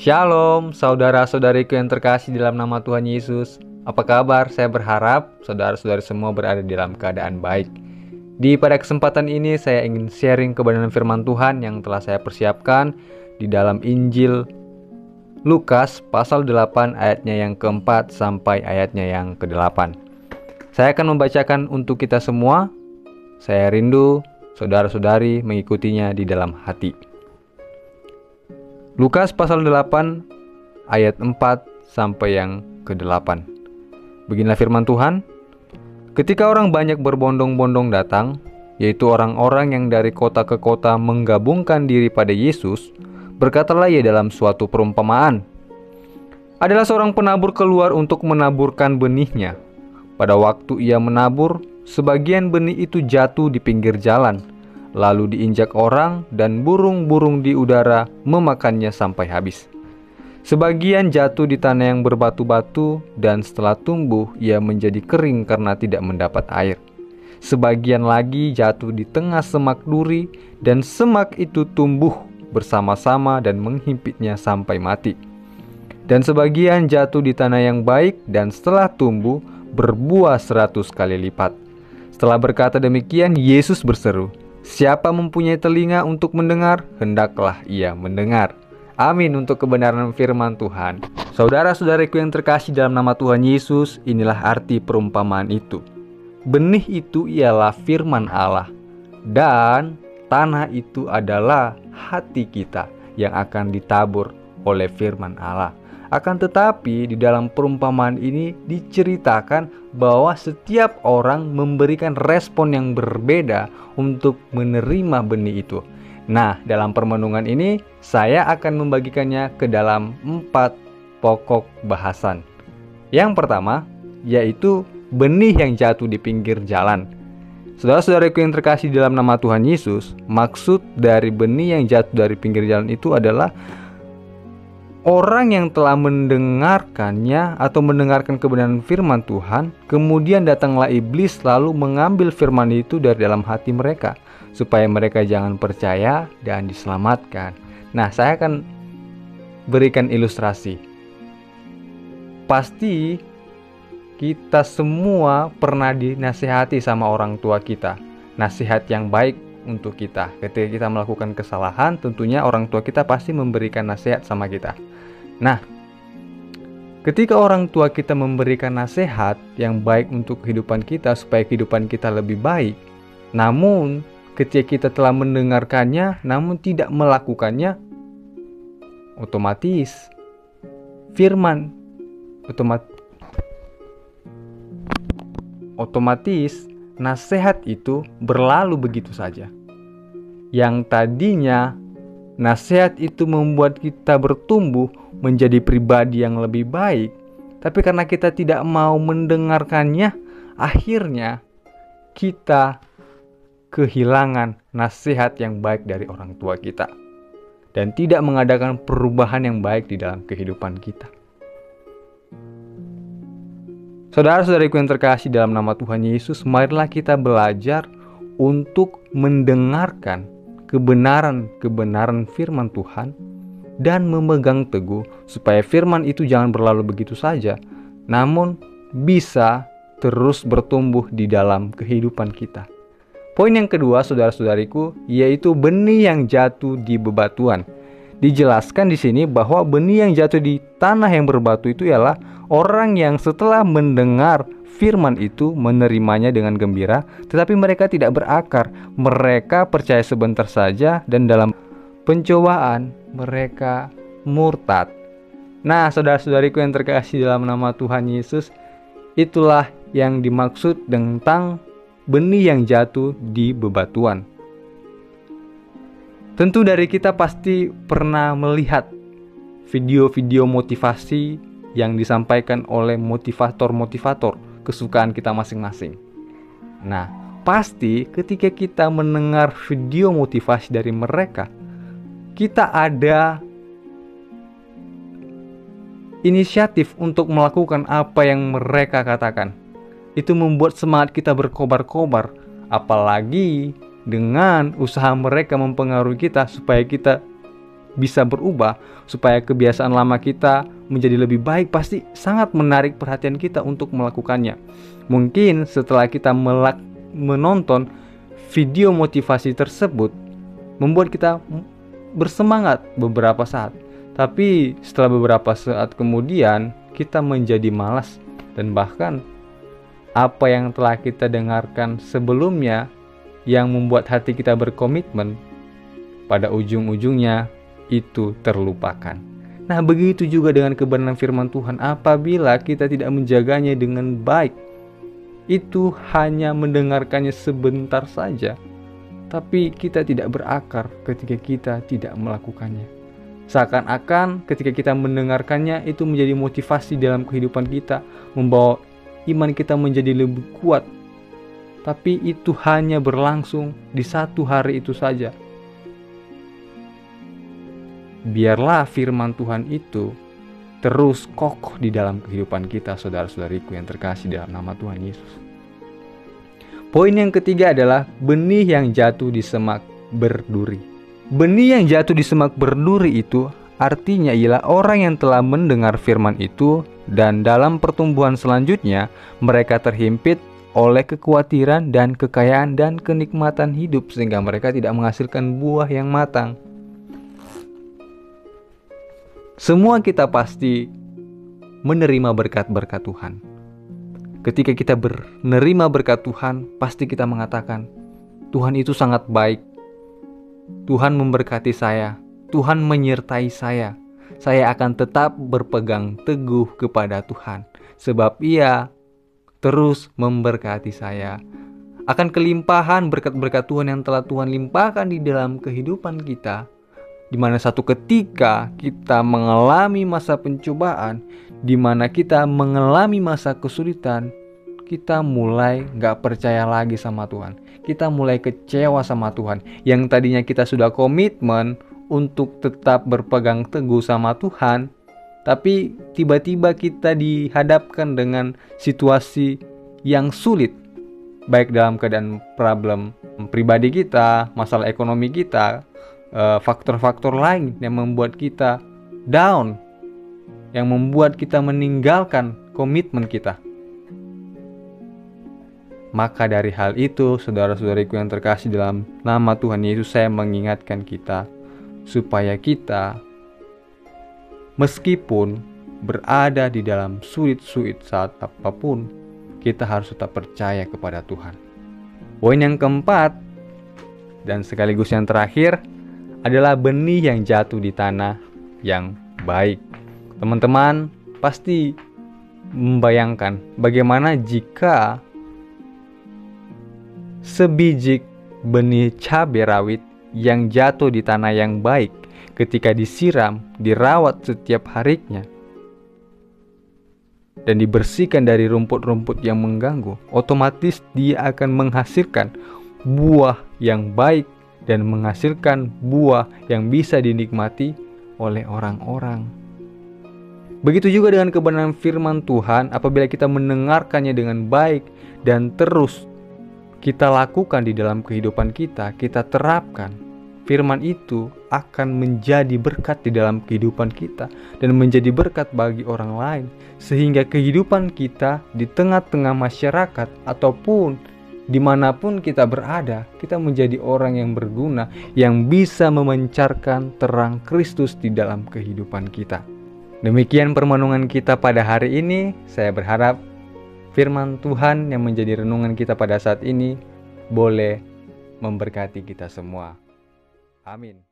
Shalom, saudara-saudariku yang terkasih dalam nama Tuhan Yesus. Apa kabar? Saya berharap saudara-saudari semua berada dalam keadaan baik. Pada kesempatan ini saya ingin sharing kebenaran firman Tuhan yang telah saya persiapkan di dalam Injil Lukas pasal 8 ayatnya yang keempat sampai ayatnya yang ke-8. Saya akan membacakan untuk kita semua. Saya rindu saudara-saudari mengikutinya di dalam hati. Lukas pasal 8 ayat 4 sampai yang ke-8. Beginilah firman Tuhan. Ketika orang banyak berbondong-bondong datang, yaitu orang-orang yang dari kota ke kota menggabungkan diri pada Yesus, berkatalah ia dalam suatu perumpamaan. Adalah seorang penabur keluar untuk menaburkan benihnya. Pada waktu ia menabur, sebagian benih itu jatuh di pinggir jalan, lalu diinjak orang dan burung-burung di udara memakannya sampai habis. Sebagian jatuh di tanah yang berbatu-batu dan setelah tumbuh ia menjadi kering karena tidak mendapat air. Sebagian lagi jatuh di tengah semak duri dan semak itu tumbuh bersama-sama dan menghimpitnya sampai mati. Dan sebagian jatuh di tanah yang baik dan setelah tumbuh berbuah 100 kali lipat. Setelah berkata demikian, Yesus berseru, "Siapa mempunyai telinga untuk mendengar, hendaklah ia mendengar." Amin untuk kebenaran firman Tuhan. Saudara-saudariku yang terkasih dalam nama Tuhan Yesus, inilah arti perumpamaan itu. Benih itu ialah firman Allah, dan tanah itu adalah hati kita yang akan ditabur oleh firman Allah. Akan tetapi di dalam perumpamaan ini diceritakan bahwa setiap orang memberikan respon yang berbeda untuk menerima benih itu. Nah, dalam permenungan ini saya akan membagikannya ke dalam 4 pokok bahasan. Yang pertama yaitu benih yang jatuh di pinggir jalan. Saudara-saudariku yang terkasih dalam nama Tuhan Yesus, maksud dari benih yang jatuh dari pinggir jalan itu adalah orang yang telah mendengarkannya atau mendengarkan kebenaran firman Tuhan, kemudian datanglah iblis lalu mengambil firman itu dari dalam hati mereka, supaya mereka jangan percaya dan diselamatkan. Nah, saya akan berikan ilustrasi. Pasti kita semua pernah dinasihati sama orang tua kita, nasihat yang baik untuk kita. Ketika kita melakukan kesalahan, tentunya orang tua kita pasti memberikan nasihat sama kita. Nah, ketika orang tua kita memberikan nasihat yang baik untuk kehidupan kita supaya kehidupan kita lebih baik, namun ketika kita telah mendengarkannya namun tidak melakukannya, otomatis firman otomatis nasihat itu berlalu begitu saja. Yang tadinya nasihat itu membuat kita bertumbuh menjadi pribadi yang lebih baik, tapi karena kita tidak mau mendengarkannya, akhirnya kita kehilangan nasihat yang baik dari orang tua kita dan tidak mengadakan perubahan yang baik di dalam kehidupan kita. Saudara-saudariku yang terkasih dalam nama Tuhan Yesus, marilah kita belajar untuk mendengarkan kebenaran firman Tuhan dan memegang teguh supaya firman itu jangan berlalu begitu saja, namun bisa terus bertumbuh di dalam kehidupan kita. Poin yang kedua, saudara-saudariku, yaitu benih yang jatuh di bebatuan. Dijelaskan di sini bahwa benih yang jatuh di tanah yang berbatu itu ialah orang yang setelah mendengar firman itu menerimanya dengan gembira, tetapi mereka tidak berakar. Mereka percaya sebentar saja dan dalam pencobaan mereka murtad. Nah, saudara-saudariku yang terkasih dalam nama Tuhan Yesus, itulah yang dimaksud tentang benih yang jatuh di bebatuan. Tentu dari kita pasti pernah melihat video-video motivasi yang disampaikan oleh motivator-motivator kesukaan kita masing-masing. Nah, pasti ketika kita mendengar video motivasi dari mereka, kita ada inisiatif untuk melakukan apa yang mereka katakan. Itu membuat semangat kita berkobar-kobar, apalagi dengan usaha mereka mempengaruhi kita supaya kita bisa berubah, supaya kebiasaan lama kita menjadi lebih baik, pasti sangat menarik perhatian kita untuk melakukannya. Mungkin setelah kita menonton video motivasi tersebut, membuat kita bersemangat beberapa saat. Tapi setelah beberapa saat kemudian, kita menjadi malas, dan bahkan apa yang telah kita dengarkan sebelumnya yang membuat hati kita berkomitmen, pada ujung-ujungnya itu terlupakan. Nah, begitu juga dengan kebenaran firman Tuhan. Apabila kita tidak menjaganya dengan baik, itu hanya mendengarkannya sebentar saja, tapi kita tidak berakar ketika kita tidak melakukannya. Seakan-akan ketika kita mendengarkannya, itu menjadi motivasi dalam kehidupan kita, membawa iman kita menjadi lebih kuat. Tapi itu hanya berlangsung di satu hari itu saja. Biarlah firman Tuhan itu terus kokoh di dalam kehidupan kita, saudara-saudariku yang terkasih dalam nama Tuhan Yesus. Poin yang ketiga adalah benih yang jatuh di semak berduri. Benih yang jatuh di semak berduri itu artinya ialah orang yang telah mendengar firman itu, dan dalam pertumbuhan selanjutnya mereka terhimpit oleh kekhawatiran dan kekayaan dan kenikmatan hidup, sehingga mereka tidak menghasilkan buah yang matang. Semua kita pasti menerima berkat-berkat Tuhan. Ketika kita menerima berkat Tuhan, pasti kita mengatakan, Tuhan itu sangat baik. Tuhan memberkati saya. Tuhan menyertai saya. Saya akan tetap berpegang teguh kepada Tuhan, sebab Ia terus memberkati saya. Akan kelimpahan berkat-berkat Tuhan yang telah Tuhan limpahkan di dalam kehidupan kita, di mana satu ketika kita mengalami masa pencobaan, di mana kita mengalami masa kesulitan, kita mulai gak percaya lagi sama Tuhan. Kita mulai kecewa sama Tuhan. Yang tadinya kita sudah komitmen untuk tetap berpegang teguh sama Tuhan, tapi tiba-tiba kita dihadapkan dengan situasi yang sulit, baik dalam keadaan problem pribadi kita, masalah ekonomi kita, faktor-faktor lain yang membuat kita down, yang membuat kita meninggalkan komitmen kita. Maka dari hal itu, saudara-saudariku yang terkasih dalam nama Tuhan Yesus, saya mengingatkan kita supaya kita, meskipun berada di dalam sulit-sulit saat apapun, kita harus tetap percaya kepada Tuhan. Poin yang keempat dan sekaligus yang terakhir adalah benih yang jatuh di tanah yang baik. Teman-teman pasti membayangkan bagaimana jika sebiji benih cabai rawit yang jatuh di tanah yang baik, ketika disiram, dirawat setiap harinya, dan dibersihkan dari rumput-rumput yang mengganggu, otomatis dia akan menghasilkan buah yang baik dan menghasilkan buah yang bisa dinikmati oleh orang-orang. Begitu juga dengan kebenaran firman Tuhan. Apabila kita mendengarkannya dengan baik dan terus kita lakukan di dalam kehidupan kita, kita terapkan, firman itu akan menjadi berkat di dalam kehidupan kita dan menjadi berkat bagi orang lain, sehingga kehidupan kita di tengah-tengah masyarakat ataupun dimanapun kita berada, kita menjadi orang yang berguna, yang bisa memancarkan terang Kristus di dalam kehidupan kita. Demikian permenungan kita pada hari ini. Saya berharap firman Tuhan yang menjadi renungan kita pada saat ini boleh memberkati kita semua. Amin.